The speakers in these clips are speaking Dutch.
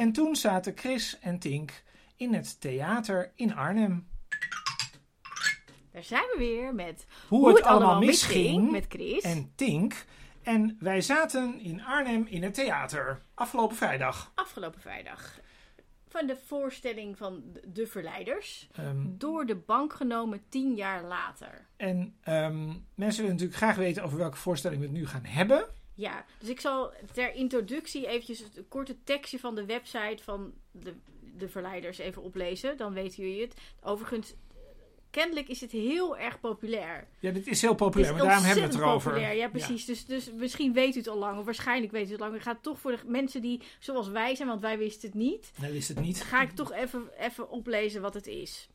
En toen zaten Chris en Tink in het theater in Arnhem. Daar zijn we weer met Hoe het allemaal misging met Chris en Tink. En wij zaten in Arnhem in het theater. Afgelopen vrijdag. Van de voorstelling van De Verleiders. Door de bank genomen 10 jaar later. En mensen willen natuurlijk graag weten over welke voorstelling we het nu gaan hebben. Ja, dus ik zal ter introductie eventjes een korte tekstje van de website van de Verleiders even oplezen. Dan weten jullie het. Overigens, kennelijk is het heel erg populair. Ja, dit is heel populair, maar daarom hebben we het erover. Populair, ja, precies. Ja. Dus misschien weet u het al lang, of waarschijnlijk weet u het al lang. Ik ga het toch voor de mensen die zoals wij zijn, want wij wisten het niet. Wij wisten het niet. Ga ik toch even oplezen wat het is.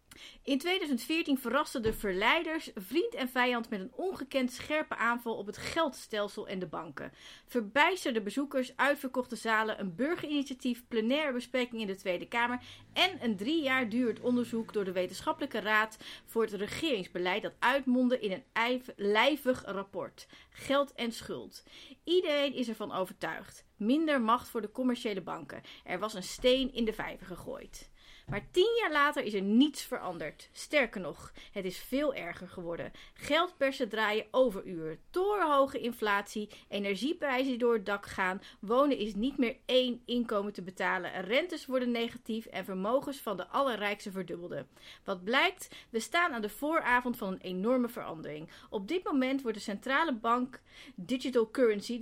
In 2014 verrasten de Verleiders vriend en vijand met een ongekend scherpe aanval op het geldstelsel en de banken. Verbijsterde bezoekers, uitverkochte zalen, een burgerinitiatief, plenaire bespreking in de Tweede Kamer en een 3 jaar durend onderzoek door de Wetenschappelijke Raad voor het regeringsbeleid dat uitmondde in een lijvig rapport. Geld en schuld. Iedereen is ervan overtuigd. Minder macht voor de commerciële banken. Er was een steen in de vijver gegooid. Maar 10 jaar later is er niets veranderd. Sterker nog, het is veel erger geworden. Geldpersen draaien overuren, torenhoge inflatie, energieprijzen die door het dak gaan, wonen is niet meer 1 inkomen te betalen, rentes worden negatief en vermogens van de allerrijksten verdubbelden. Wat blijkt? We staan aan de vooravond van een enorme verandering. Op dit moment wordt de centrale bank Digital Currency, de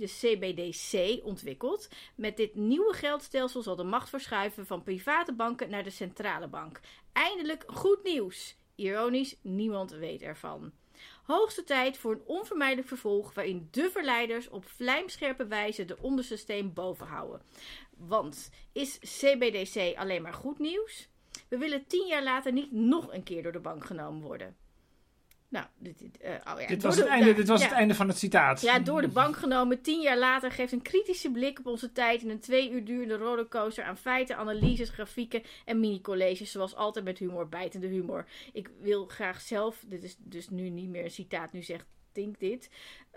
CBDC, ontwikkeld. Met dit nieuwe geldstelsel zal de macht verschuiven van private banken naar de centrale bank. Eindelijk goed nieuws. Ironisch, niemand weet ervan. Hoogste tijd voor een onvermijdelijk vervolg waarin de Verleiders op vlijmscherpe wijze de onderste steen boven houden. Want is CBDC alleen maar goed nieuws? We willen 10 jaar later niet nog een keer door de bank genomen worden. Nou, dit was het einde van het citaat. Ja, door de bank genomen. 10 jaar later geeft een kritische blik op onze tijd in een 2 uur durende rollercoaster aan feiten, analyses, grafieken en mini-colleges. Zoals altijd met humor, bijtende humor. Ik wil graag zelf, dit is dus nu niet meer een citaat, nu zegt Tink dit,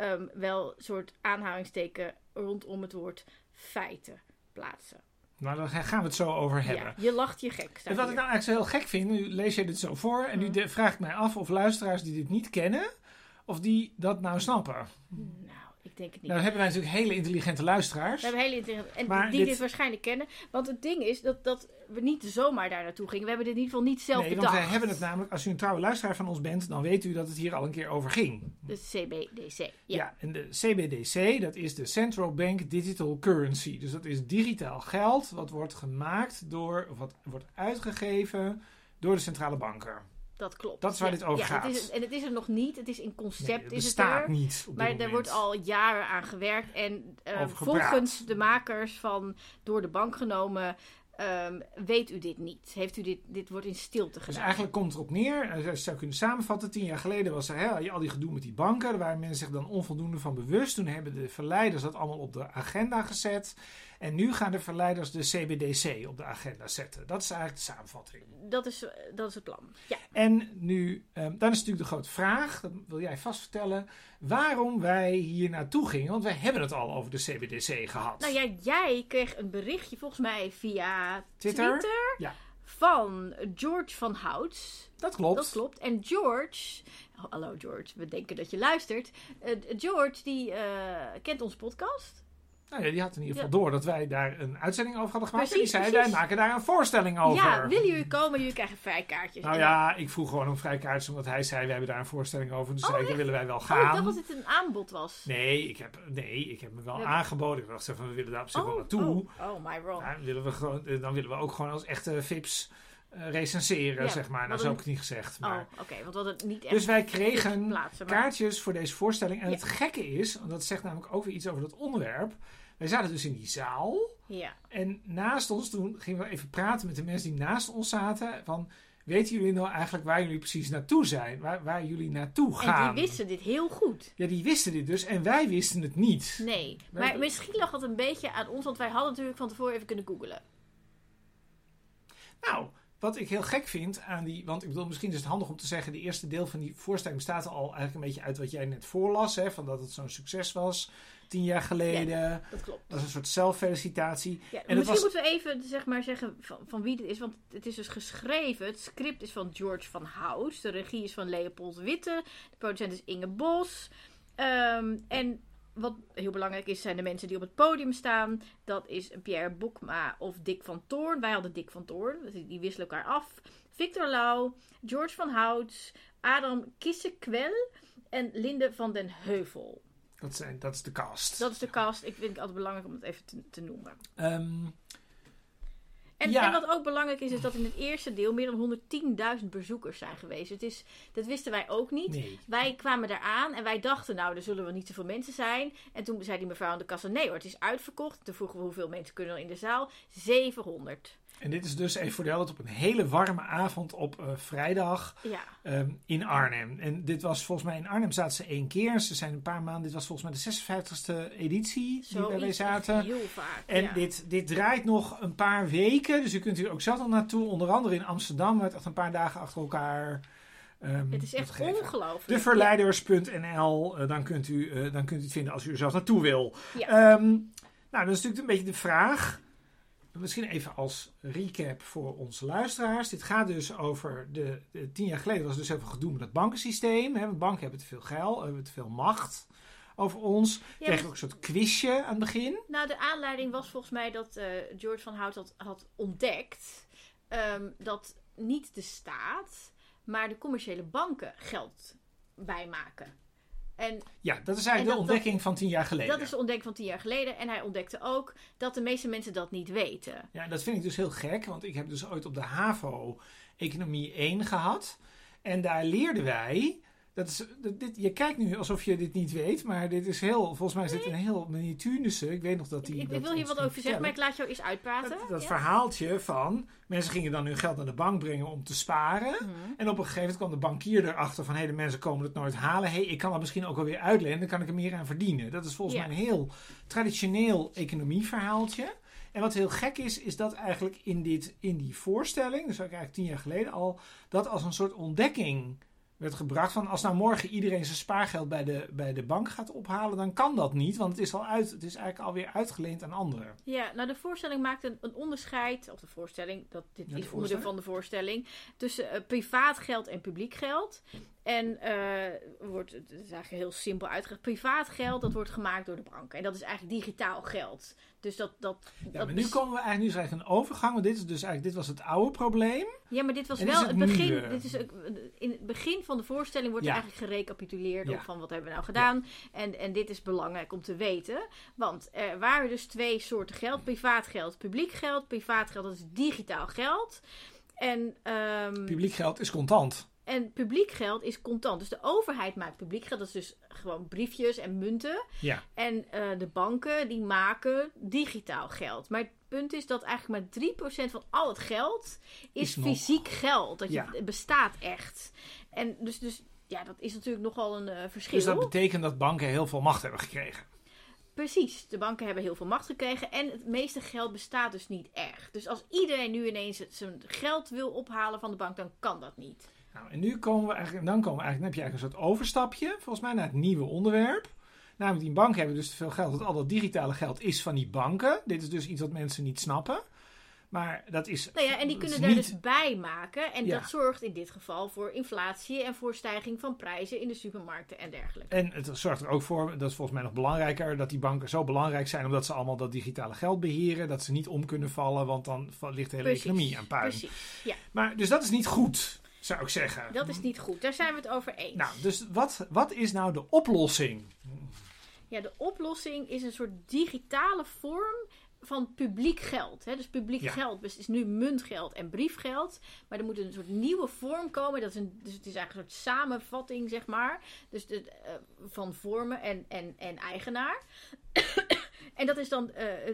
wel een soort aanhalingsteken rondom het woord feiten plaatsen. Nou, daar gaan we het zo over hebben. Ja, je lacht je gek. En wat ik nou eigenlijk zo heel gek vind, nu lees je dit zo voor en nu vraag ik mij af of luisteraars die dit niet kennen, of die dat nou snappen. Nou, ik denk het niet. Nou hebben wij natuurlijk hele intelligente luisteraars. We hebben hele intelligente, en die dit waarschijnlijk kennen. Want het ding is dat we niet zomaar daar naartoe gingen. We hebben dit in ieder geval niet zelf bedacht. Nee, want wij hebben het namelijk, als u een trouwe luisteraar van ons bent, dan weet u dat het hier al een keer over ging. De CBDC. Ja, en de CBDC, dat is de Central Bank Digital Currency. Dus dat is digitaal geld wat wordt gemaakt door, of wat wordt uitgegeven door de centrale banken. Dat klopt. Dat is waar dit over gaat. Het is er nog niet. Het is in concept. Nee, het bestaat niet op dit moment. Er wordt al jaren aan gewerkt. En volgens de makers van door de bank genomen, weet u dit niet. Heeft u dit wordt in stilte gedaan. Dus eigenlijk komt het erop neer, je zou kunnen samenvatten, 10 jaar geleden was er al die gedoe met die banken. Daar waren mensen zich dan onvoldoende van bewust. Toen hebben de Verleiders dat allemaal op de agenda gezet. En nu gaan de Verleiders de CBDC op de agenda zetten. Dat is eigenlijk de samenvatting. Dat is het plan. Ja. En nu, dan is natuurlijk de grote vraag, dat wil jij vast vertellen, waarom wij hier naartoe gingen. Want wij hebben het al over de CBDC gehad. Nou ja, jij kreeg een berichtje volgens mij via Twitter ja. Van George van Houts. Dat klopt. Dat klopt. En George, hallo George, we denken dat je luistert. George die kent onze podcast. Nou ja, die had in ieder geval door dat wij daar een uitzending over hadden gemaakt. Precies, en die zei, wij maken daar een voorstelling over. Ja, willen jullie komen? Jullie krijgen vrijkaartjes. Nou ja, ik vroeg gewoon om vrijkaartjes, omdat hij zei, we hebben daar een voorstelling over. Dus zei ik, willen wij wel gaan. Ik dacht dat het een aanbod was. Nee, ik heb me wel aangeboden. Ik dacht, we willen daar op zich wel naartoe. Oh, my wrong. Dan willen we ook gewoon als echte vips recenseren, zeg maar. Nou, zo heb ik het niet gezegd. Maar... oké, want we hadden het niet echt. Dus wij kregen kaartjes voor deze voorstelling. En het gekke is, want dat zegt namelijk ook weer iets over dat onderwerp. Wij zaten dus in die zaal. Ja. En naast ons, toen gingen we even praten met de mensen die naast ons zaten. Van, weten jullie nou eigenlijk waar jullie precies naartoe zijn? Waar jullie naartoe gaan? En die wisten dit heel goed. Ja, die wisten dit dus. En wij wisten het niet. Nee. Maar misschien lag het een beetje aan ons. Want wij hadden natuurlijk van tevoren even kunnen googlen. Nou, wat ik heel gek vind aan die... Want ik bedoel, misschien is het handig om te zeggen... De eerste deel van die voorstelling bestaat al eigenlijk een beetje uit wat jij net voorlas. Hè, van dat het zo'n succes was 10 jaar geleden. Ja, dat klopt. Dat is een soort zelffelicitatie. Ja, En misschien moeten we even zeg maar, zeggen van wie dit is. Want het is dus geschreven. Het script is van George van Hout. De regie is van Leopold Witte. De producent is Inge Bos. En wat heel belangrijk is, zijn de mensen die op het podium staan. Dat is Pierre Bokma of Dick van Toorn. Wij hadden Dick van Toorn. Die wisselen elkaar af. Victor Lau, George van Hout, Adam Kissekwel en Linde van den Heuvel. Dat is de cast. Dat is de cast. Ik vind het altijd belangrijk om het even te noemen. En wat ook belangrijk is dat in het eerste deel meer dan 110.000 bezoekers zijn geweest. Dat wisten wij ook niet. Nee. Wij kwamen daar aan en wij dachten, nou, er zullen wel niet zoveel mensen zijn. En toen zei die mevrouw aan de kassa, nee hoor, het is uitverkocht. Toen vroegen we hoeveel mensen kunnen er in de zaal. 700. En dit is dus even voor de helft op een hele warme avond op vrijdag in Arnhem. En dit was volgens mij in Arnhem zaten ze 1 keer. Ze zijn een paar maanden. Dit was volgens mij de 56e editie die wij zaten. Heel vaak. En dit draait nog een paar weken. Dus u kunt hier ook zelf nog naartoe. Onder andere in Amsterdam. Waar het echt een paar dagen achter elkaar... het is echt ongelooflijk. Deverleiders.nl. Dan kunt u het vinden als u er zelf naartoe wil. Ja. Nou, dat is natuurlijk een beetje de vraag... Misschien even als recap voor onze luisteraars. Dit gaat dus over 10 jaar geleden was dus heel veel gedoe met het bankensysteem. Hè. Banken hebben te veel geld, hebben te veel macht over ons. Ja, kregen ook een soort quizje aan het begin. Nou, de aanleiding was volgens mij dat George van Hout had ontdekt dat niet de staat, maar de commerciële banken geld bijmaken. Ja, dat is eigenlijk de ontdekking van 10 jaar geleden. Dat is de ontdekking van 10 jaar geleden. En hij ontdekte ook dat de meeste mensen dat niet weten. Ja, dat vind ik dus heel gek. Want ik heb dus ooit op de HAVO Economie 1 gehad. En daar leerden wij... je kijkt nu alsof je dit niet weet. Maar dit is volgens mij is dit een heel miniatuurse. Ik weet nog dat die... Ik wil hier wat over zeggen, maar ik laat jou eens uitpraten. Dat verhaaltje van... Mensen gingen dan hun geld naar de bank brengen om te sparen. Mm-hmm. En op een gegeven moment kwam de bankier erachter van... de mensen komen het nooit halen. Ik kan dat misschien ook wel weer uitlenen. Dan kan ik er meer aan verdienen. Dat is volgens mij een heel traditioneel economieverhaaltje. En wat heel gek is dat eigenlijk in die voorstelling... dus ook eigenlijk 10 jaar geleden al... dat als een soort ontdekking werd gebracht van... als nou morgen iedereen zijn spaargeld bij de bank gaat ophalen... dan kan dat niet, want het is eigenlijk alweer uitgeleend aan anderen. Ja, nou de voorstelling maakte een onderscheid... of de voorstelling, dit is onderdeel van de voorstelling... tussen privaat geld en publiek geld... En het is eigenlijk heel simpel uitgelegd. Privaat geld, dat wordt gemaakt door de banken. En dat is eigenlijk digitaal geld. Dus maar nu komen we eigenlijk, nu is er een overgang. Want dit was het oude probleem. Ja, maar dit was en wel het begin. In het begin van de voorstelling wordt er eigenlijk gerecapituleerd op van wat hebben we nou gedaan. Ja. En dit is belangrijk om te weten. Want er waren dus 2 soorten geld. Privaat geld, publiek geld. Privaat geld, dat is digitaal geld. En publiek geld is contant. En publiek geld is contant. Dus de overheid maakt publiek geld. Dat is dus gewoon briefjes en munten. Ja. En de banken die maken digitaal geld. Maar het punt is dat eigenlijk maar 3% van al het geld is fysiek geld. Dat bestaat echt. En dus ja, dat is natuurlijk nogal een verschil. Dus dat betekent dat banken heel veel macht hebben gekregen. Precies, de banken hebben heel veel macht gekregen en het meeste geld bestaat dus niet echt. Dus als iedereen nu ineens zijn geld wil ophalen van de bank, dan kan dat niet. Nou, en nu komen we eigenlijk, dan heb je eigenlijk een soort overstapje, volgens mij, naar het nieuwe onderwerp. Namelijk, die banken hebben dus te veel geld, dat al dat digitale geld is van die banken. Dit is dus iets wat mensen niet snappen. Maar dat is... Nou ja, en die kunnen daar dus bij maken. En dat zorgt in dit geval voor inflatie en voor stijging van prijzen in de supermarkten en dergelijke. En het zorgt er ook voor, dat is volgens mij nog belangrijker, dat die banken zo belangrijk zijn omdat ze allemaal dat digitale geld beheren. Dat ze niet om kunnen vallen, want dan ligt de hele economie aan puin. Precies, ja. Maar, dus dat is niet goed, zou ik zeggen. Dat is niet goed, daar zijn we het over eens. Nou, dus wat is nou de oplossing? Ja, de oplossing is een soort digitale vorm van publiek geld. Hè? Dus publiek geld is nu muntgeld en briefgeld. Maar er moet een soort nieuwe vorm komen. Dus het is eigenlijk een soort samenvatting, zeg maar. Dus van vormen en eigenaar. En dat is dan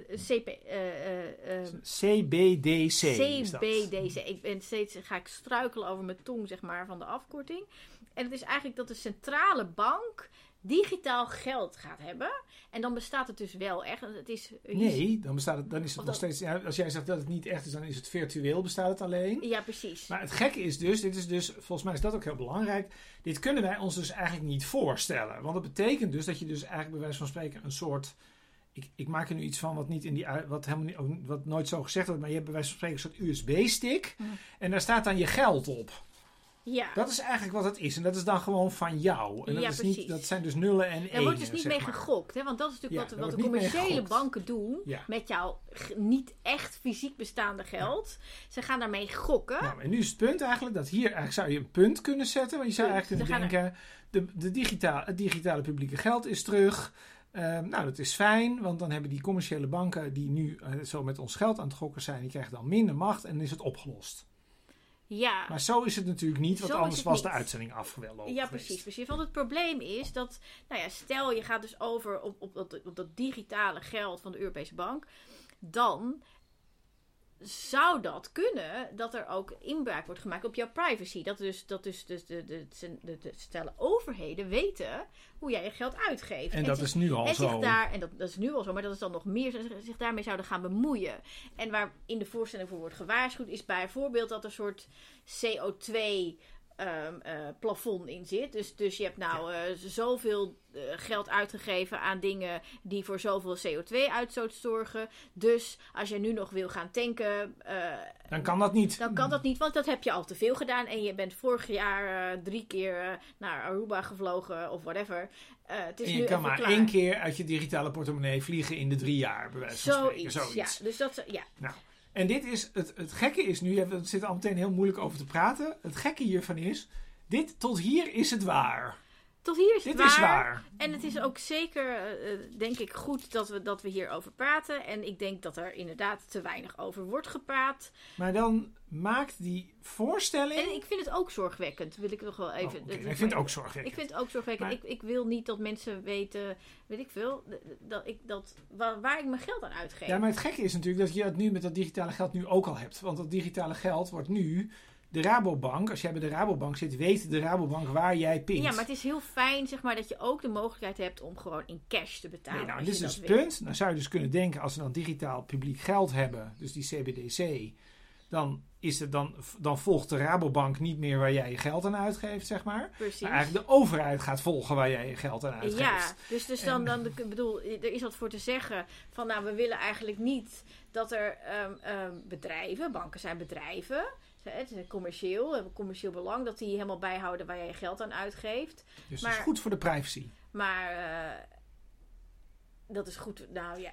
CBDC. CBDC. Ga ik struikelen over mijn tong, zeg maar, van de afkorting. En het is eigenlijk dat de centrale bank digitaal geld gaat hebben. En dan bestaat het dus wel echt. Het is, Nee, dan is het nog steeds... Ja, als jij zegt dat het niet echt is, dan is het virtueel, bestaat het alleen. Ja, precies. Maar het gekke is dus, dit is dus, volgens mij is dat ook heel belangrijk, dit kunnen wij ons dus eigenlijk niet voorstellen. Want dat betekent dus dat je dus eigenlijk bij wijze van spreken een soort... Ik maak er nu iets van wat niet in die wat nooit zo gezegd wordt, maar je hebt bij wijze van spreken een soort USB-stick. En daar staat dan je geld op. Ja. Dat is eigenlijk wat het is. En dat is dan gewoon van jou. En dat, Ja, is precies. niet, dat zijn dus nullen en enen. Daar wordt dus niet zeg mee maar. gegokt. Hè? Want dat is natuurlijk Ja, wat daar de wordt niet mee commerciële gegokt. banken doen Ja. met jouw niet echt fysiek bestaande geld. Ze gaan daarmee gokken. Nou, en nu is het punt eigenlijk dat hier eigenlijk zou je een punt kunnen zetten. Want je zou eigenlijk kunnen denken, het digitale publieke geld is terug. Nou, dat is fijn, want dan hebben die commerciële banken die nu zo met ons geld aan het gokken zijn, die krijgen dan minder macht en dan is het opgelost. Ja. Maar zo is het natuurlijk niet, want Zo anders is het was de niet. uitzending afgelopen. Ja, precies. Want het probleem is dat, nou ja, stel je gaat dus over op dat digitale geld van de Europese Bank, dan zou dat kunnen dat er ook inbraak wordt gemaakt op jouw privacy. Dat dus de stellen overheden weten hoe jij je geld uitgeeft. En dat is nu al zo. En dat is nu al zo, maar dat is dan nog meer zich daarmee zouden gaan bemoeien. En waar in de voorstelling voor wordt gewaarschuwd is bijvoorbeeld dat er een soort CO2 plafond in zit. Dus je hebt zoveel geld uitgegeven aan dingen die voor zoveel CO2-uitstoot zorgen. Dus als je nu nog wil gaan tanken, dan kan dat niet. Dan kan dat niet, want dat heb je al te veel gedaan. En je bent vorig jaar 3 keer naar Aruba gevlogen of whatever. Het is en je nu kan even maar klaar. 1 keer uit je digitale portemonnee vliegen in de 3 jaar. Bij wijze van spreken. Zoiets. Ja, dus dat, ja. Nou, en dit is het gekke is nu, we zitten al meteen heel moeilijk over te praten. Het gekke hiervan is, tot hier is het waar. Tot hier is het Dit is waar. En het is ook zeker, denk ik, goed dat we hierover praten. En ik denk dat er inderdaad te weinig over wordt gepraat. Maar dan maakt die voorstelling... En ik vind het ook zorgwekkend, wil ik nog wel even... Ik vind het ook zorgwekkend. Ik vind het ook zorgwekkend. Maar... Ik wil niet dat mensen weten, weet ik veel, waar ik mijn geld aan uitgeef. Ja, maar het gekke is natuurlijk dat je dat nu met dat digitale geld nu ook al hebt. Want dat digitale geld wordt nu... De Rabobank, als jij bij de Rabobank zit, weet de Rabobank waar jij pint. Ja, maar het is heel fijn, zeg maar, dat je ook de mogelijkheid hebt om gewoon in cash te betalen. Nee, nou, dit is dus het punt. Dan zou je dus kunnen denken, als we dan digitaal publiek geld hebben, dus die CBDC, dan volgt de Rabobank niet meer waar jij je geld aan uitgeeft, zeg maar. Precies. Maar eigenlijk de overheid gaat volgen waar jij je geld aan uitgeeft. Ja, dus ik bedoel, er is wat voor te zeggen van, nou, we willen eigenlijk niet dat er bedrijven, banken zijn bedrijven, het is commercieel, hebben commercieel belang, dat die helemaal bijhouden waar jij je geld aan uitgeeft. Dus dat is goed voor de privacy. Maar dat is goed.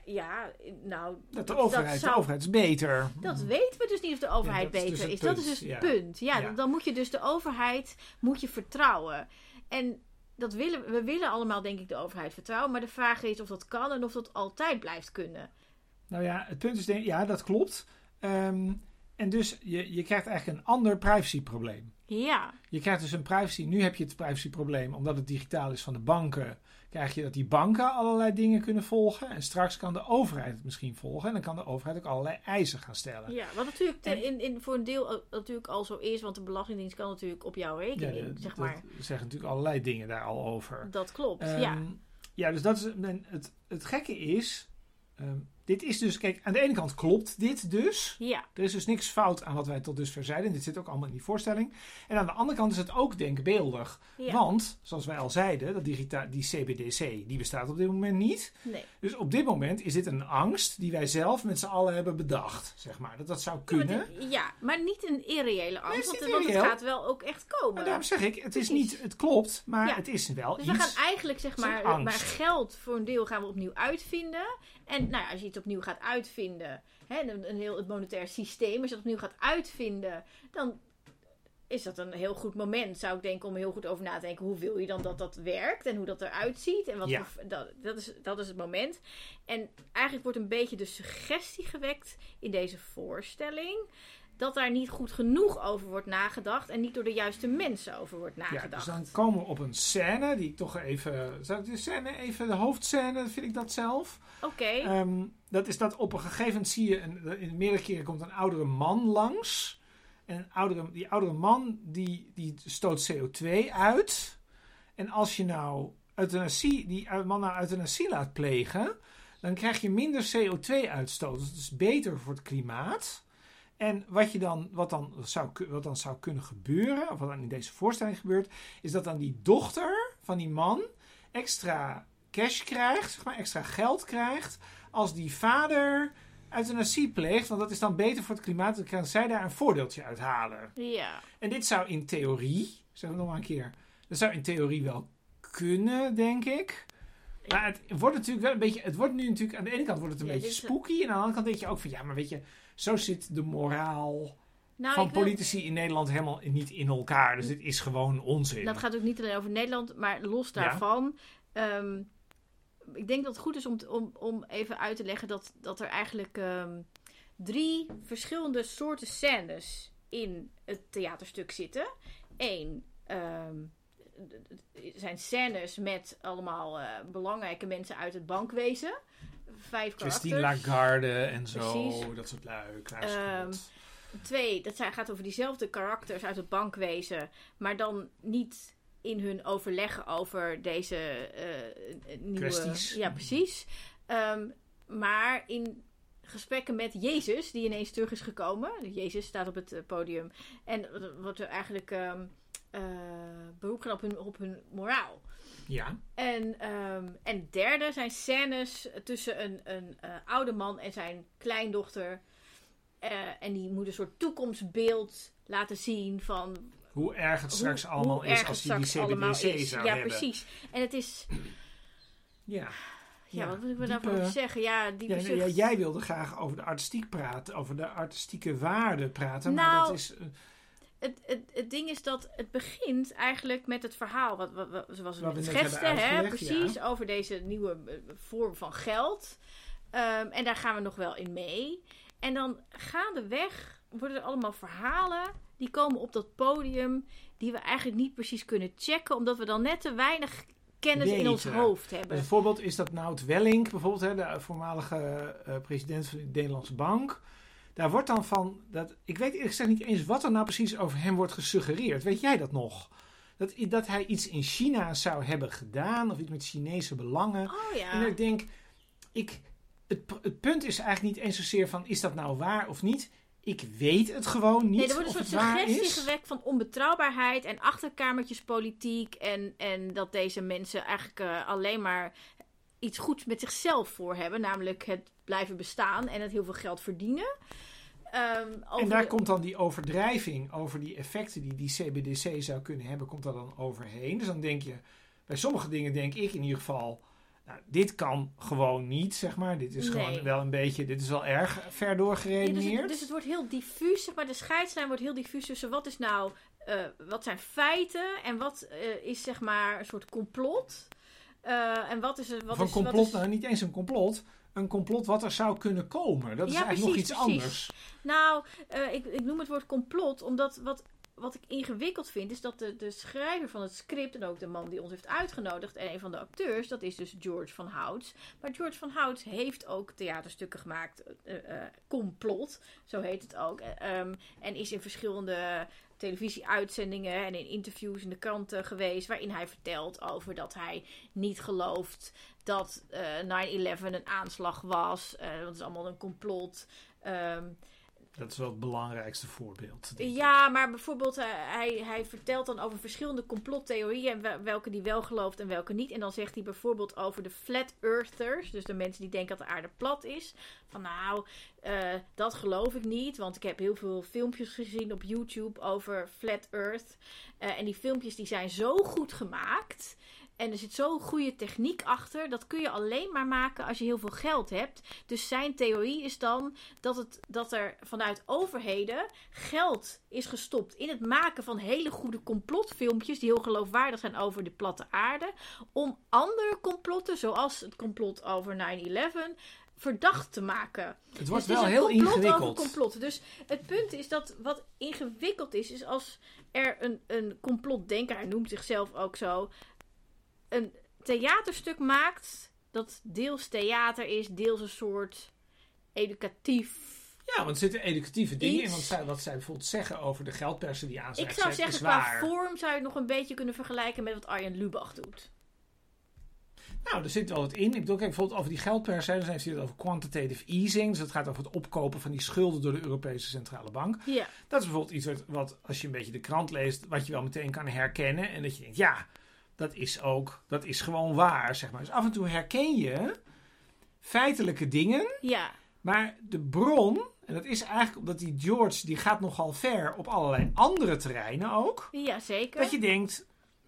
De overheid is beter. Dat weten we dus niet of de overheid beter is. Dat is dus het punt. Ja. Dan moet je dus de overheid vertrouwen. En we willen allemaal, denk ik, de overheid vertrouwen. Maar de vraag is of dat kan en of dat altijd blijft kunnen. Nou ja, het punt is, dat klopt. En dus je krijgt eigenlijk een ander privacyprobleem. Ja. Je krijgt dus een nu heb je het privacyprobleem, omdat het digitaal is van de banken, krijg je dat die banken allerlei dingen kunnen volgen. En straks kan de overheid het misschien volgen. En dan kan de overheid ook allerlei eisen gaan stellen. Ja, wat natuurlijk voor een deel natuurlijk al zo is, want de Belastingdienst kan natuurlijk op jouw rekening, zeg maar. Er zeggen natuurlijk allerlei dingen daar al over. Dat klopt, ja. Ja, dus dat is het gekke is... dit is dus, kijk, aan de ene kant klopt dit dus. Ja. Er is dus niks fout aan wat wij tot dusver zeiden. Dit zit ook allemaal in die voorstelling. En aan de andere kant is het ook denkbeeldig. Ja. Want, zoals wij al zeiden, die CBDC, die bestaat op dit moment niet. Nee. Dus op dit moment is dit een angst die wij zelf met z'n allen hebben bedacht, zeg maar. Dat zou kunnen. Maar niet een irreële angst, want het gaat wel ook echt komen. Maar daarom zeg ik, het klopt, maar het is wel dus iets. Dus we gaan eigenlijk, zeg maar geld voor een deel gaan we opnieuw uitvinden. En nou ja, als je het opnieuw gaat uitvinden, een heel het monetair systeem, als je het opnieuw gaat uitvinden, dan is dat een heel goed moment, zou ik denken, om heel goed over na te denken. Hoe wil je dan dat werkt en hoe dat eruit ziet? En dat is het moment. En eigenlijk wordt een beetje de suggestie gewekt in deze voorstelling dat daar niet goed genoeg over wordt nagedacht en niet door de juiste mensen over wordt nagedacht. Ja, dus dan komen we op een scène die ik toch even... Zal ik de scène even, de hoofdscène, vind ik dat zelf? Oké. Dat is dat op een gegeven moment zie je, in meerdere keren komt een oudere man langs. En die oudere man die stoot CO2 uit. En als je nou die man nou euthanasie laat plegen, dan krijg je minder CO2-uitstoot. Dus het is beter voor het klimaat. En wat dan zou kunnen gebeuren, of wat dan in deze voorstelling gebeurt, is dat dan die dochter van die man extra cash krijgt, zeg maar, extra geld krijgt, als die vader euthanasie pleegt, want dat is dan beter voor het klimaat, dan kan zij daar een voordeeltje uit halen. Ja. En dit zou in theorie, zeg ik nog maar een keer, dat zou in theorie wel kunnen, denk ik. Maar het wordt natuurlijk wel een beetje, het wordt nu natuurlijk, aan de ene kant wordt het een beetje spooky, en aan de andere kant denk je ook van, ja, maar weet je, zo zit de moraal van politici in Nederland helemaal niet in elkaar. Dus dit is gewoon onzin. Dat gaat ook niet alleen over Nederland, maar los daarvan. Ik denk dat het goed is om even uit te leggen dat er eigenlijk 3 verschillende soorten scènes in het theaterstuk zitten. 1 zijn scènes met allemaal belangrijke mensen uit het bankwezen. 5 karakters. Christine Lagarde en zo, precies. dat soort lui. 2, dat gaat over diezelfde karakters uit het bankwezen, maar dan niet in hun overleggen over deze nieuwe kwesties. Ja, precies. Maar in gesprekken met Jezus, die ineens terug is gekomen. Jezus staat op het podium. En wordt er eigenlijk beroep gedaan op hun moraal. Ja. En derde zijn scènes tussen een oude man en zijn kleindochter. En die moet een soort toekomstbeeld laten zien van hoe erg het straks allemaal is als je die CBDC zou hebben. Ja, precies. En het is... Ja. Ja, wat wil ik daarvan zeggen? Ja, jij wilde graag over de artistiek praten, over de artistieke waarde praten. Nou, maar dat is... Het ding is dat het begint eigenlijk met het verhaal, zoals we net schetsten, precies, over deze nieuwe vorm van geld. En daar gaan we nog wel in mee. En dan gaandeweg worden er allemaal verhalen die komen op dat podium die we eigenlijk niet precies kunnen checken, omdat we dan net te weinig kennis in ons hoofd hebben. Dus een voorbeeld is dat Nout Welling, bijvoorbeeld, de voormalige president van de Nederlandse Bank. Daar wordt dan van, ik weet eerlijk gezegd niet eens wat er nou precies over hem wordt gesuggereerd. Weet jij dat nog? Dat hij iets in China zou hebben gedaan, of iets met Chinese belangen. Oh ja. En ik denk, het punt is eigenlijk niet eens zozeer van, is dat nou waar of niet? Ik weet het gewoon niet. Nee, er wordt een soort suggestie gewekt van onbetrouwbaarheid en achterkamertjespolitiek. En dat deze mensen eigenlijk alleen maar iets goeds met zichzelf voor hebben. Namelijk het blijven bestaan en het heel veel geld verdienen. En daar komt dan die overdrijving over die effecten die CBDC zou kunnen hebben, komt daar dan overheen. Dus dan denk je, bij sommige dingen denk ik in ieder geval, nou, dit kan gewoon niet, zeg maar. Dit is gewoon wel een beetje, dit is wel erg ver doorgeredeneerd. Ja, dus het wordt heel diffuus, zeg maar. De scheidslijn wordt heel diffuus tussen wat is nou, wat zijn feiten en wat is zeg maar een soort complot. En wat is er... Van complot, nou niet eens een complot. Een complot wat er zou kunnen komen. Dat is eigenlijk nog iets anders. Nou, ik noem het woord complot, omdat wat ik ingewikkeld vind, is dat de schrijver van het script en ook de man die ons heeft uitgenodigd en een van de acteurs, dat is dus George van Houts. Maar George van Houts heeft ook theaterstukken gemaakt, Complot, zo heet het ook. En is in verschillende televisieuitzendingen en in interviews in de kranten geweest, waarin hij vertelt over dat hij niet gelooft dat 9/11 een aanslag was. Want het is allemaal een complot. Dat is wel het belangrijkste voorbeeld. Ja, maar bijvoorbeeld hij vertelt dan over verschillende complottheorieën en welke die wel gelooft en welke niet. En dan zegt hij bijvoorbeeld over de flat earthers, dus de mensen die denken dat de aarde plat is. Van nou, dat geloof ik niet, want ik heb heel veel filmpjes gezien op YouTube over flat earth. En die filmpjes die zijn zo goed gemaakt. En er zit zo'n goede techniek achter. Dat kun je alleen maar maken als je heel veel geld hebt. Dus zijn theorie is dan dat er vanuit overheden geld is gestopt in het maken van hele goede complotfilmpjes die heel geloofwaardig zijn over de platte aarde. Om andere complotten, zoals het complot over 9/11, verdacht te maken. Het wordt dus wel heel ingewikkeld. Complot. Dus het punt is dat wat ingewikkeld is als er een complotdenker, hij noemt zichzelf ook zo, een theaterstuk maakt dat deels theater is, deels een soort educatief. Ja, want er zitten educatieve dingen in. Want wat zij bijvoorbeeld zeggen over de geldpersen die aan zijn Ik zou gezet, zeggen, qua vorm zou je het nog een beetje kunnen vergelijken met wat Arjen Lubach doet. Nou, er zit wel wat in. Ik bedoel, kijk, bijvoorbeeld over die geldpers. Dan heeft hij het over quantitative easing. Dus het gaat over het opkopen van die schulden door de Europese Centrale Bank. Ja. Dat is bijvoorbeeld iets wat, als je een beetje de krant leest, wat je wel meteen kan herkennen. En dat je denkt, ja, dat is gewoon waar, zeg maar. Dus af en toe herken je feitelijke dingen. Ja. Maar de bron, en dat is eigenlijk omdat die George, die gaat nogal ver op allerlei andere terreinen ook. Ja, zeker. Dat je denkt,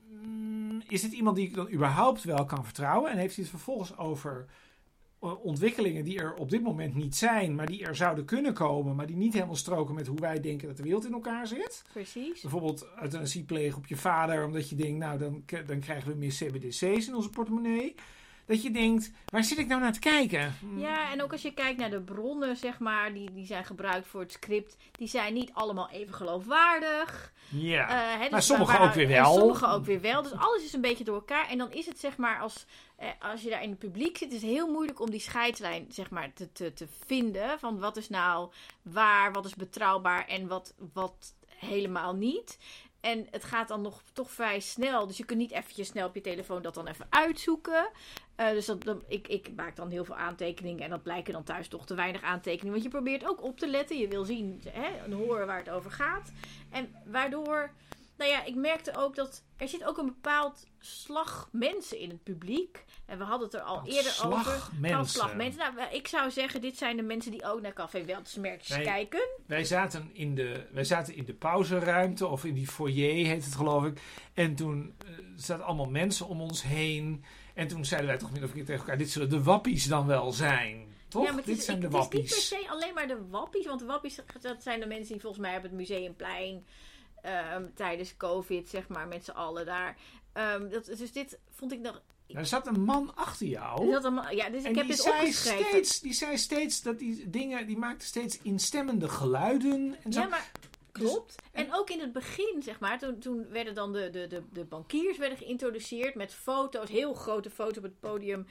is dit iemand die ik dan überhaupt wel kan vertrouwen? En heeft hij het vervolgens over ontwikkelingen die er op dit moment niet zijn, maar die er zouden kunnen komen, maar die niet helemaal stroken met hoe wij denken dat de wereld in elkaar zit. Precies. Bijvoorbeeld euthanasie plegen op je vader, omdat je denkt, nou, dan krijgen we meer CBDC's in onze portemonnee. Dat je denkt, waar zit ik nou naar te kijken? Ja, en ook als je kijkt naar de bronnen, zeg maar, die zijn gebruikt voor het script, die zijn niet allemaal even geloofwaardig. Ja, Dus maar sommige ook weer wel. Sommige ook weer wel. Dus alles is een beetje door elkaar. En dan is het, zeg maar, als je daar in het publiek zit, is het heel moeilijk om die scheidslijn, zeg maar, te vinden. Van wat is nou waar, wat is betrouwbaar en wat helemaal niet. En het gaat dan nog toch vrij snel. Dus je kunt niet eventjes snel op je telefoon dat dan even uitzoeken. Dus ik maak dan heel veel aantekeningen. En dat blijken dan thuis toch te weinig aantekeningen. Want je probeert ook op te letten. Je wil zien en horen waar het over gaat. En waardoor... Nou ja, ik merkte ook dat... Er zit ook een bepaald slag mensen in het publiek. En we hadden het er al eerder over. Slag mensen. Nou, ik zou zeggen, dit zijn de mensen die ook naar Café Weltschmerz kijken. Wij zaten in de pauzeruimte, of in die foyer heet het, geloof ik. En toen zaten allemaal mensen om ons heen. En toen zeiden wij toch min of meer tegen elkaar, dit zullen de wappies dan wel zijn. Toch? Ja, maar dit zijn de wappies. Het is niet per se alleen maar de wappies. Want de wappies, dat zijn de mensen die volgens mij op het Museumplein... tijdens COVID, zeg maar, met z'n allen daar. Dus dit vond ik nog... Er zat een man achter jou. Dus ik heb dit opgeschreven. Die zei steeds dat die dingen... Die maakte steeds instemmende geluiden. En zo. Ja, maar... Klopt. En ook in het begin, zeg maar, toen werden dan de bankiers werden geïntroduceerd met foto's, heel grote foto's op het podium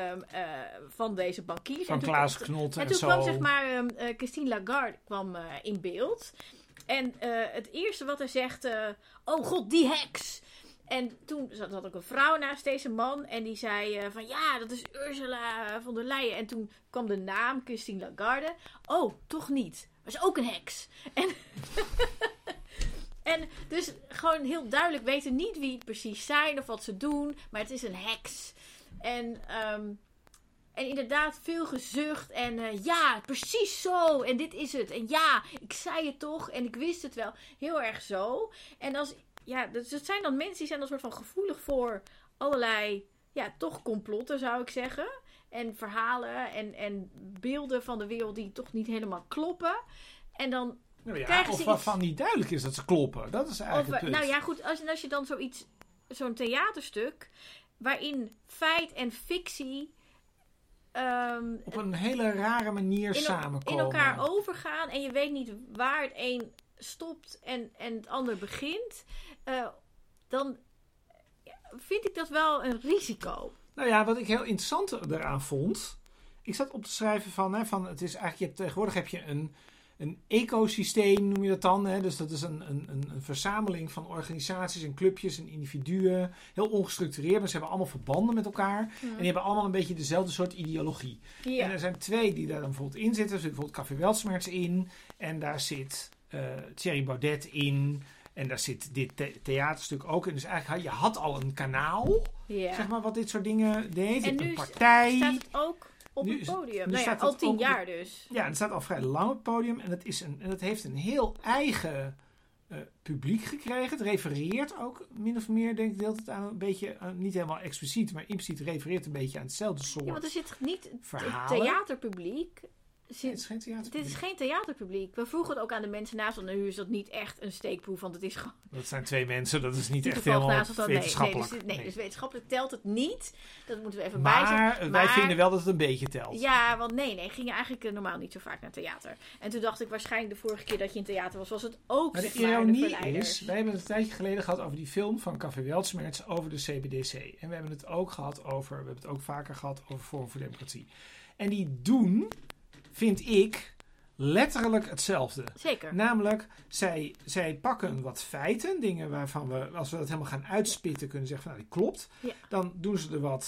van deze bankiers. Van Klaas Knot en toen zo. kwam, zeg maar, Christine Lagarde kwam in beeld. En het eerste wat hij zegt, oh god, die heks. En toen zat ook een vrouw naast deze man. En die zei van ja, dat is Ursula von der Leyen. En toen kwam de naam Christine Lagarde. Oh, toch niet. Dat is ook een heks. En dus gewoon heel duidelijk weten niet wie het precies zijn of wat ze doen. Maar het is een heks. En inderdaad veel gezucht. En ja, precies zo. En dit is het. En ja, ik zei het toch. En ik wist het wel. Heel erg zo. En dus het zijn dan mensen die zijn dan soort van gevoelig voor allerlei, ja, toch complotten zou ik zeggen. En verhalen en beelden van de wereld die toch niet helemaal kloppen. En dan krijgen ze waarvan niet duidelijk is dat ze kloppen. Dat is eigenlijk het punt. Nou ja, goed. Als je dan zo'n theaterstuk waarin feit en fictie op een hele rare manier samenkomen. In elkaar overgaan en je weet niet waar het een stopt en het ander begint. Dan vind ik dat wel een risico. Nou ja, wat ik heel interessant eraan vond. Ik zat op te schrijven van het is eigenlijk, tegenwoordig heb je een ecosysteem, noem je dat dan. Hè? Dus dat is een verzameling van organisaties en clubjes en individuen. Heel ongestructureerd, maar ze hebben allemaal verbanden met elkaar. En die hebben allemaal een beetje dezelfde soort ideologie. Ja. En er zijn twee die daar dan bijvoorbeeld in zitten. Er zit bijvoorbeeld Café Weltschmerz in. En daar zit Thierry Baudet in. En daar zit dit theaterstuk ook in. Dus eigenlijk, je had al een kanaal, zeg maar, wat dit soort dingen deed. En nu een partij. Staat het ook op het podium. Al 10 jaar dus. Ja, het staat al vrij lang op het podium. En het heeft een heel eigen publiek gekregen. Het refereert ook min of meer, denk ik, deelt het aan een beetje, niet helemaal expliciet, maar impliciet refereert een beetje aan hetzelfde soort. Ja, want er zit niet verhalen. Het theaterpubliek. Nee, het is geen theaterpubliek. Dit is geen theaterpubliek. We vroegen het ook aan de mensen naast, want nu is dat niet echt een steekproef, want het is gewoon... Dat zijn twee mensen, dat is niet echt helemaal wetenschappelijk. Nee, dus wetenschappelijk telt het niet. Dat moeten we even bijzetten. Maar wij vinden wel dat het een beetje telt. Ja, want gingen eigenlijk normaal niet zo vaak naar theater. En toen dacht ik waarschijnlijk de vorige keer dat je in theater was het ook, maar zeg de maar, ironie de verleiders. is, wij hebben het een tijdje geleden gehad over die film van Café Weltschmerz over de CBDC. En we hebben het ook vaker gehad over Forum voor Democratie. En die doen, vind ik, letterlijk hetzelfde. Zeker. Namelijk, zij pakken wat feiten, dingen waarvan we, als we dat helemaal gaan uitspitten, kunnen zeggen van, nou, die klopt. Ja. Dan doen ze er wat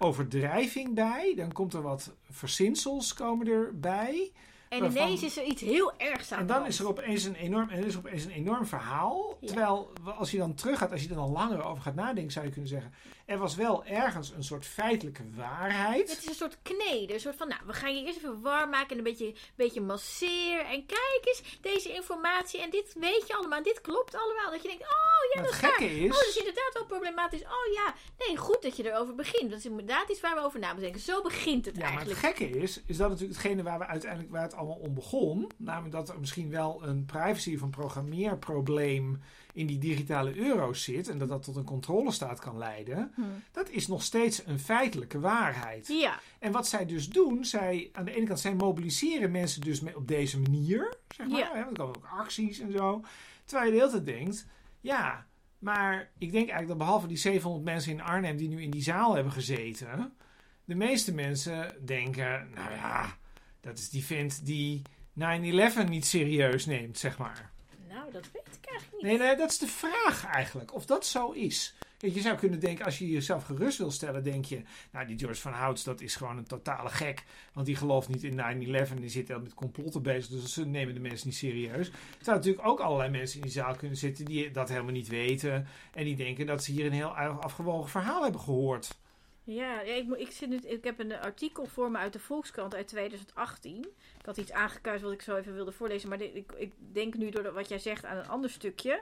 overdrijving bij. Dan komt er wat verzinsels komen erbij. En ineens is er iets heel ergs aan. En dan is er opeens een enorm verhaal. Ja. Terwijl, als je dan teruggaat, als je er dan langer over gaat nadenken, zou je kunnen zeggen, er was wel ergens een soort feitelijke waarheid. Het is een soort kneden. Een soort van, we gaan je eerst even warm maken en een beetje masseren. En kijk eens, deze informatie en dit weet je allemaal. En dit klopt allemaal. Dat je denkt, dat is waar. Dat is inderdaad wel problematisch. Nee, goed dat je erover begint. Dat is inderdaad iets waar we over na moeten denken. Zo begint het eigenlijk. Maar het gekke is dat natuurlijk hetgene waar het allemaal om begon. Namelijk dat er misschien wel een privacy of een programmeerprobleem in die digitale euro's zit en dat tot een controlestaat kan leiden, dat is nog steeds een feitelijke waarheid. Ja. En wat zij dus doen, aan de ene kant, zij mobiliseren mensen dus op deze manier, zeg maar. Ja. Er komen ook acties en zo. Terwijl je de hele tijd denkt, maar ik denk eigenlijk dat behalve die 700 mensen in Arnhem die nu in die zaal hebben gezeten, de meeste mensen denken, dat is die vent die 9/11 niet serieus neemt, zeg maar. Nou, dat weet ik eigenlijk niet. Nee, dat is de vraag eigenlijk. Of dat zo is. Kijk, je zou kunnen denken, als je jezelf gerust wil stellen, denk je, die George van Houts, dat is gewoon een totale gek. Want die gelooft niet in 9/11 en die zit al met complotten bezig. Dus ze nemen de mensen niet serieus. Er zouden natuurlijk ook allerlei mensen in die zaal kunnen zitten die dat helemaal niet weten. En die denken dat ze hier een heel afgewogen verhaal hebben gehoord. Ja, ik heb een artikel voor me uit de Volkskrant uit 2018. Ik had iets aangekuist wat ik zo even wilde voorlezen. Maar ik denk nu door wat jij zegt aan een ander stukje.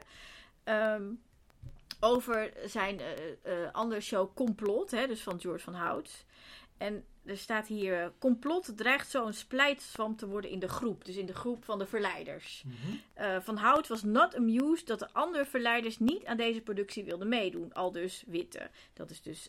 Over zijn andere show Complot. Dus van George van Houts. En er staat hier, complot dreigt zo een splijtswam te worden in de groep. Dus in de groep van de verleiders. Mm-hmm. Van Hout was not amused dat de andere verleiders niet aan deze productie wilden meedoen. Aldus Witte. Dat is dus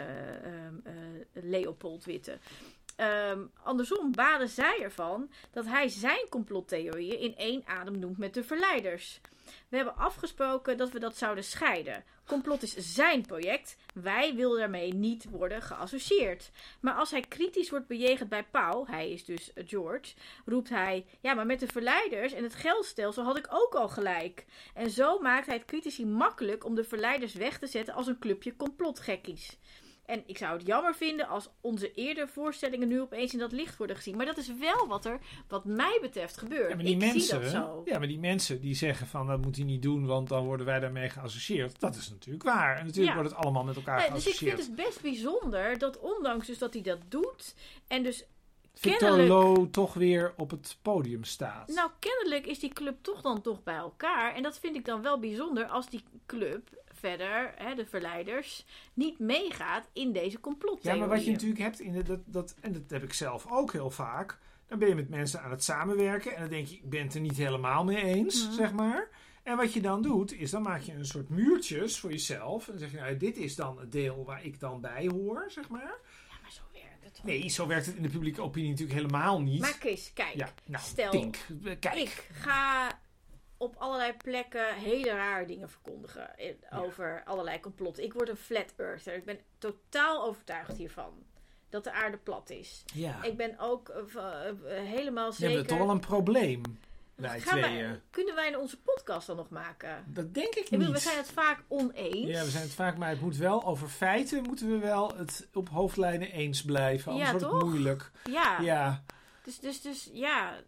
Leopold Witte. Andersom baden zij ervan dat hij zijn complottheorieën in één adem noemt met de verleiders. We hebben afgesproken dat we dat zouden scheiden. Complot is zijn project. Wij willen daarmee niet worden geassocieerd. Maar als hij kritisch wordt bejegend bij Pauw, hij is dus George, roept hij, maar met de verleiders en het geldstelsel had ik ook al gelijk. En zo maakt hij het critici makkelijk om de verleiders weg te zetten als een clubje complotgekkies. En ik zou het jammer vinden als onze eerdere voorstellingen nu opeens in dat licht worden gezien. Maar dat is wel wat mij betreft gebeurt. Zie dat zo. Ja, maar die mensen die zeggen van dat moet hij niet doen, want dan worden wij daarmee geassocieerd. Dat is natuurlijk waar. En natuurlijk wordt het allemaal met elkaar geassocieerd. Dus ik vind het best bijzonder dat ondanks dus dat hij dat doet en dus Victor Low toch weer op het podium staat. Nou, kennelijk is die club toch bij elkaar. En dat vind ik dan wel bijzonder als die club verder, de verleiders, niet meegaat in deze complottheorieën. Ja, maar wat je natuurlijk hebt, en dat heb ik zelf ook heel vaak, dan ben je met mensen aan het samenwerken en dan denk je, ik ben het er niet helemaal mee eens, zeg maar. En wat je dan doet, is dan maak je een soort muurtjes voor jezelf. En dan zeg je, dit is dan het deel waar ik dan bij hoor, zeg maar. Ja, maar zo werkt het toch? Nee, zo werkt het in de publieke opinie natuurlijk helemaal niet. Maar Chris, kijk. Stel, kijk. Ik ga op allerlei plekken hele rare dingen verkondigen over allerlei complotten. Ik word een flat earther. Ik ben totaal overtuigd hiervan. Dat de aarde plat is. Ja. Ik ben ook helemaal zeker. We hebben toch wel een probleem. Kunnen wij onze podcast dan nog maken? Dat denk ik niet. We zijn het vaak oneens. Ja, we zijn het vaak, maar het moet wel over feiten moeten we wel het op hoofdlijnen eens blijven. Anders wordt het moeilijk. Ja. Dus ja.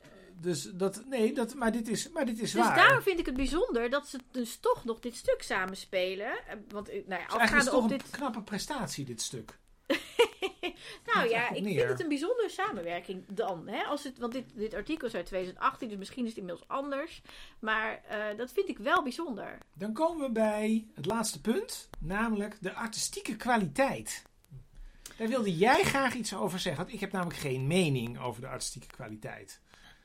Maar dit is waar. Dus daarom vind ik het bijzonder dat ze dus toch nog dit stuk samenspelen. Want het is toch een knappe prestatie, dit stuk. Ik vind het een bijzondere samenwerking dan. Want dit artikel is uit 2018, dus misschien is het inmiddels anders. Maar dat vind ik wel bijzonder. Dan komen we bij het laatste punt, namelijk de artistieke kwaliteit. Daar wilde jij graag iets over zeggen, want ik heb namelijk geen mening over de artistieke kwaliteit.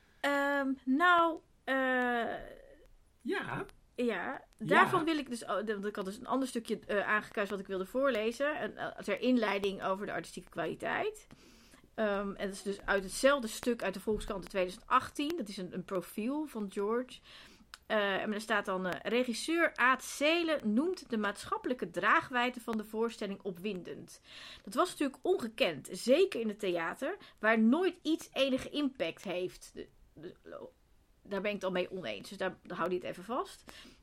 Ja, daarvan wil ik dus. Want ik had dus een ander stukje aangekuist wat ik wilde voorlezen. Ter inleiding over de artistieke kwaliteit. En dat is dus uit hetzelfde stuk uit de Volkskrant in 2018. Dat is een profiel van George. En er staat dan: regisseur Aad Zelen noemt de maatschappelijke draagwijdte van de voorstelling opwindend. Dat was natuurlijk ongekend, zeker in het theater, waar nooit iets enige impact heeft. Daar ben ik het al mee oneens, dus daar hou ik het even vast.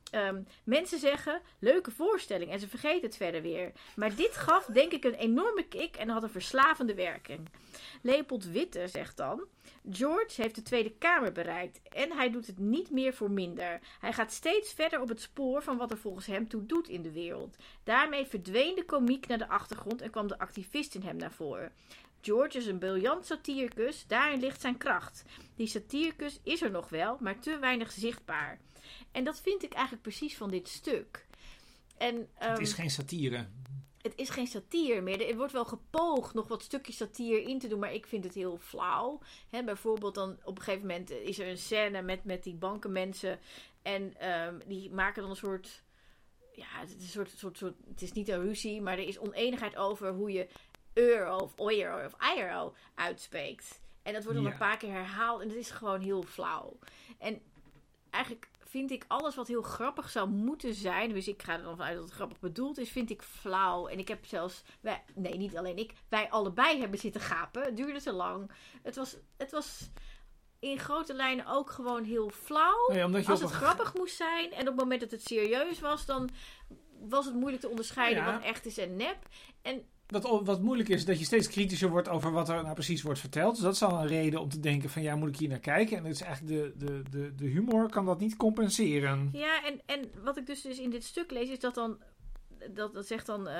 Mensen zeggen, leuke voorstelling. En ze vergeten het verder weer. Maar dit gaf, denk ik, een enorme kick en had een verslavende werking. Leopold Witte zegt dan, George heeft de Tweede Kamer bereikt. En hij doet het niet meer voor minder. Hij gaat steeds verder op het spoor van wat er volgens hem toe doet in de wereld. Daarmee verdween de komiek naar de achtergrond en kwam de activist in hem naar voren. George is een briljant satiricus, daarin ligt zijn kracht. Die satiricus is er nog wel, maar te weinig zichtbaar. En dat vind ik eigenlijk precies van dit stuk. En, het is geen satire. Het is geen satire meer. Er wordt wel gepoogd nog wat stukjes satire in te doen, maar ik vind het heel flauw. Hè, bijvoorbeeld dan op een gegeven moment is er een scène met die bankenmensen en die maken dan een soort... Ja, het is een soort, het is niet een ruzie, maar er is oneenigheid over hoe je euro of euro uitspreekt. En dat wordt dan een paar keer herhaald en het is gewoon heel flauw. En eigenlijk vind ik alles wat heel grappig zou moeten zijn, dus ik ga er dan vanuit dat het grappig bedoeld is, vind ik flauw. En ik heb zelfs, niet alleen ik, wij allebei hebben zitten gapen. Het duurde te lang. Het was in grote lijnen ook gewoon heel flauw. Nee, als het grappig moest zijn en op het moment dat het serieus was, dan was het moeilijk te onderscheiden wat echt is en nep. En wat moeilijk is, dat je steeds kritischer wordt over wat er nou precies wordt verteld. Dus dat is al een reden om te denken van moet ik hier naar kijken? En het is eigenlijk de humor kan dat niet compenseren. Ja, en wat ik dus in dit stuk lees is dat dan... Dat zegt dan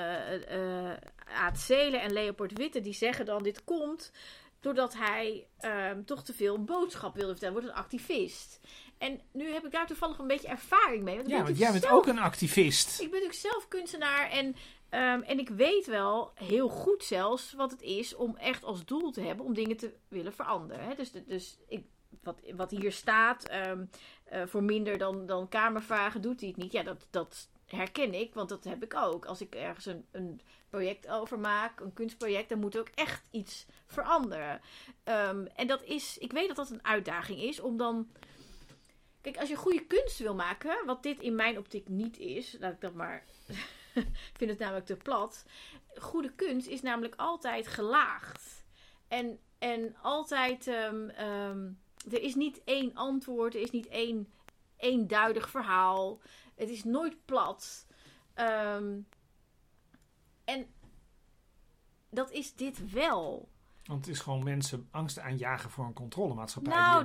Aad Zelen en Leopold Witte, die zeggen dan dit komt doordat hij toch te veel boodschap wilde vertellen. Wordt een activist. En nu heb ik daar toevallig een beetje ervaring mee. Want jij bent ook een activist. Ik ben natuurlijk zelf kunstenaar en ik weet wel heel goed zelfs wat het is om echt als doel te hebben om dingen te willen veranderen. Hè? Dus wat hier staat, voor minder dan kamervragen doet hij het niet. Ja, dat herken ik, want dat heb ik ook. Als ik ergens een project over maak, een kunstproject, dan moet er ook echt iets veranderen. En dat is, ik weet dat dat een uitdaging is, om dan... Kijk, als je goede kunst wil maken, wat dit in mijn optiek niet is, laat ik dat maar... Ik vind het namelijk te plat. Goede kunst is namelijk altijd gelaagd. En altijd... er is niet één antwoord. Er is niet één eenduidig verhaal. Het is nooit plat. En dat is dit wel. Want het is gewoon mensen angst aanjagen voor een controlemaatschappij. Nou,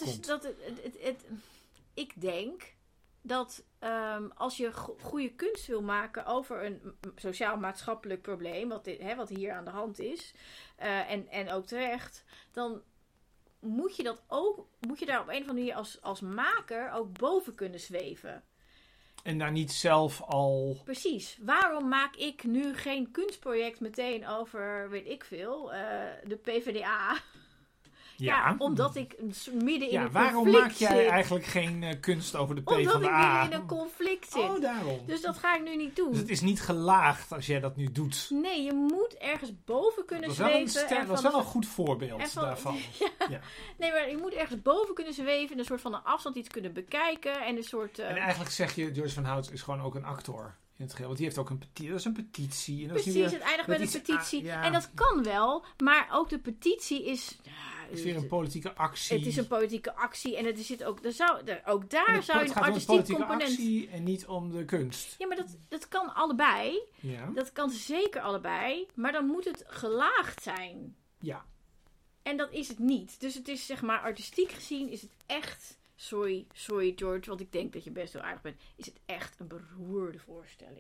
ik denk dat als je goede kunst wil maken over een sociaal-maatschappelijk probleem, wat hier aan de hand is, en ook terecht, dan moet je daar op een of andere manier als maker ook boven kunnen zweven. En daar niet zelf al... Precies. Waarom maak ik nu geen kunstproject meteen over, weet ik veel, de PvdA? Ja, omdat ik midden in een conflict waarom maak jij eigenlijk geen kunst over de PvdA? Omdat ik midden in een conflict zit. Oh, daarom. Dus dat ga ik nu niet doen. Dus het is niet gelaagd als jij dat nu doet. Nee, je moet ergens boven kunnen zweven. Dat was wel een goed voorbeeld daarvan. Ja. Nee, maar je moet ergens boven kunnen zweven. En een soort van een afstand iets kunnen bekijken. En een soort... En eigenlijk zeg je, Joyce van Hout is gewoon ook een actor. In het geheel. Want die heeft ook dat is een petitie. En precies, het eindigt met een petitie. En dat kan wel, maar ook de petitie is... Het is weer een politieke actie. Het is een politieke actie en het zit ook... Zou je een artistiek component... actie en niet om de kunst. Ja, maar dat kan allebei. Ja. Dat kan zeker allebei. Maar dan moet het gelaagd zijn. Ja. En dat is het niet. Dus het is, zeg maar, artistiek gezien is het echt... Sorry George, want ik denk dat je best wel aardig bent. Is het echt een beroerde voorstelling.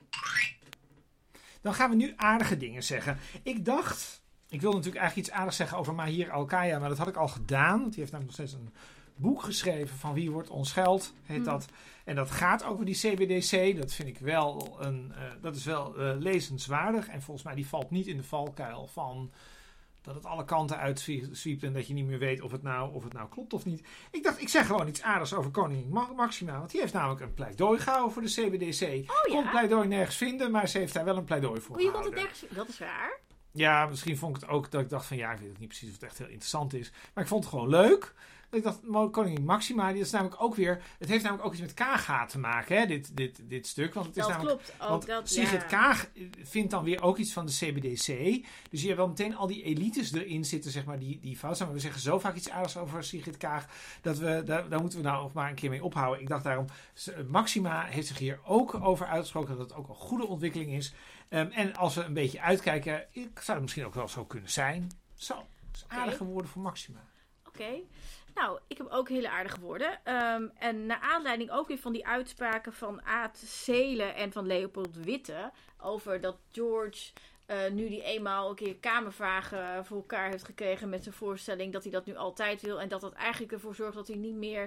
Dan gaan we nu aardige dingen zeggen. Ik wilde natuurlijk eigenlijk iets aardigs zeggen over Mahir Alkaya, maar dat had ik al gedaan. Want die heeft namelijk nog steeds een boek geschreven van Wie wordt ons geld, heet dat. En dat gaat over die CBDC. Dat vind ik wel lezenswaardig. En volgens mij die valt niet in de valkuil van dat het alle kanten uitzwiept en dat je niet meer weet of het nou klopt of niet. Ik dacht, ik zeg gewoon iets aardigs over koningin Máxima. Want die heeft namelijk een pleidooi gehouden voor de CBDC. Ik kon het pleidooi nergens vinden, maar ze heeft daar wel een pleidooi voor gehouden. Je kon het nergens vinden? Dat is raar. Ja, misschien vond ik het ook dat ik dacht van ik weet ook niet precies of het echt heel interessant is. Maar ik vond het gewoon leuk Dat ik dacht, koningin Maxima, dat is namelijk ook weer... Het heeft namelijk ook iets met Kaag te maken, hè, dit stuk. Want het is Dat namelijk, klopt. Want Sigrid Kaag vindt dan weer ook iets van de CBDC. Dus je hebt wel meteen al die elites erin zitten, zeg maar, die fout zijn. Maar we zeggen zo vaak iets aardigs over Sigrid Kaag, dat daar moeten we nou nog maar een keer mee ophouden. Ik dacht daarom, Maxima heeft zich hier ook over uitgesproken, dat het ook een goede ontwikkeling is. En als we een beetje uitkijken, zou het misschien ook wel zo kunnen zijn. Zo, aardige woorden voor Maxima. Oké. Nou, ik heb ook hele aardige woorden. En naar aanleiding ook weer van die uitspraken van Aad Zelen en van Leopold Witte over dat George nu die eenmaal een keer kamervragen voor elkaar heeft gekregen met zijn voorstelling, dat hij dat nu altijd wil en dat dat eigenlijk ervoor zorgt dat hij niet meer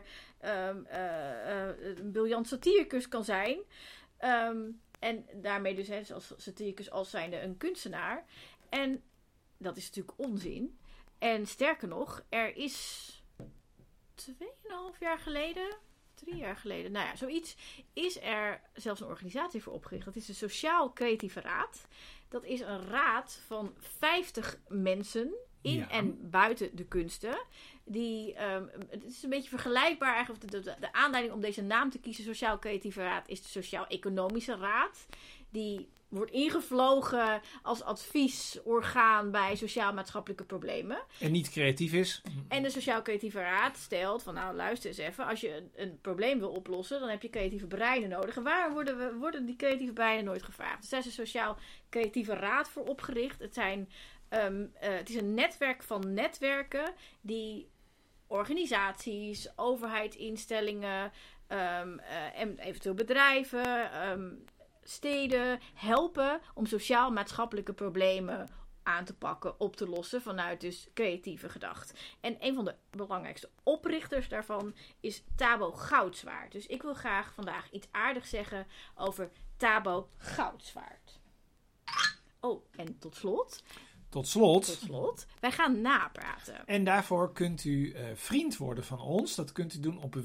een briljant satiricus kan zijn. En daarmee dus als satiricus als zijnde een kunstenaar. En dat is natuurlijk onzin. En sterker nog, er is 2,5 jaar geleden, 3 jaar geleden, nou ja, zoiets, is er zelfs een organisatie voor opgericht. Dat is de Sociaal Creatieve Raad. Dat is een raad van 50 mensen in en buiten de kunsten. Het is een beetje vergelijkbaar eigenlijk. De aanleiding om deze naam te kiezen, Sociaal Creatieve Raad, is de Sociaal-Economische Raad. Die wordt ingevlogen als adviesorgaan bij sociaal-maatschappelijke problemen. En niet creatief is. En de Sociaal Creatieve Raad stelt van, nou luister eens even, als je een probleem wil oplossen, dan heb je creatieve breinen nodig. En waarom worden die creatieve breinen nooit gevraagd? Dus daar is de Sociaal Creatieve Raad voor opgericht. Het is een netwerk van netwerken die organisaties, overheidsinstellingen en eventueel bedrijven, steden helpen om sociaal-maatschappelijke problemen aan te pakken, op te lossen vanuit dus creatieve gedacht. En een van de belangrijkste oprichters daarvan is Thabo Goudswaard. Dus ik wil graag vandaag iets aardigs zeggen over Thabo Goudswaard. Oh, en tot slot, wij gaan napraten. En daarvoor kunt u vriend worden van ons. Dat kunt u doen op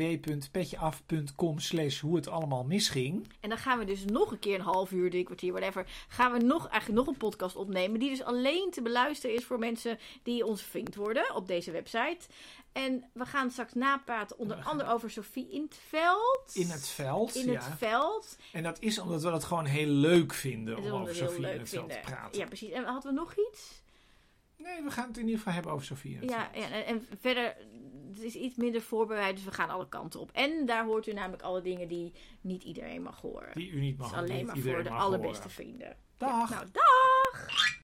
www.petjeaf.com/hoe het allemaal misging. En dan gaan we dus nog een keer een half uur, 3 kwartier, whatever, gaan we eigenlijk nog een podcast opnemen. Die dus alleen te beluisteren is voor mensen die ons vriend worden op deze website. En we gaan straks napraten onder andere over Sophie in het Veld. In het Veld. En dat is omdat we dat gewoon heel leuk vinden om over Sophie in het Veld te praten. Ja, precies. En hadden we nog iets? Nee, we gaan het in ieder geval hebben over Sophie in het Veld. Ja, en verder, het is iets minder voorbereid, dus we gaan alle kanten op. En daar hoort u namelijk alle dingen die niet iedereen mag horen. Die u niet mag horen. Alleen maar voor de allerbeste vrienden. Dag! Ja, nou, dag!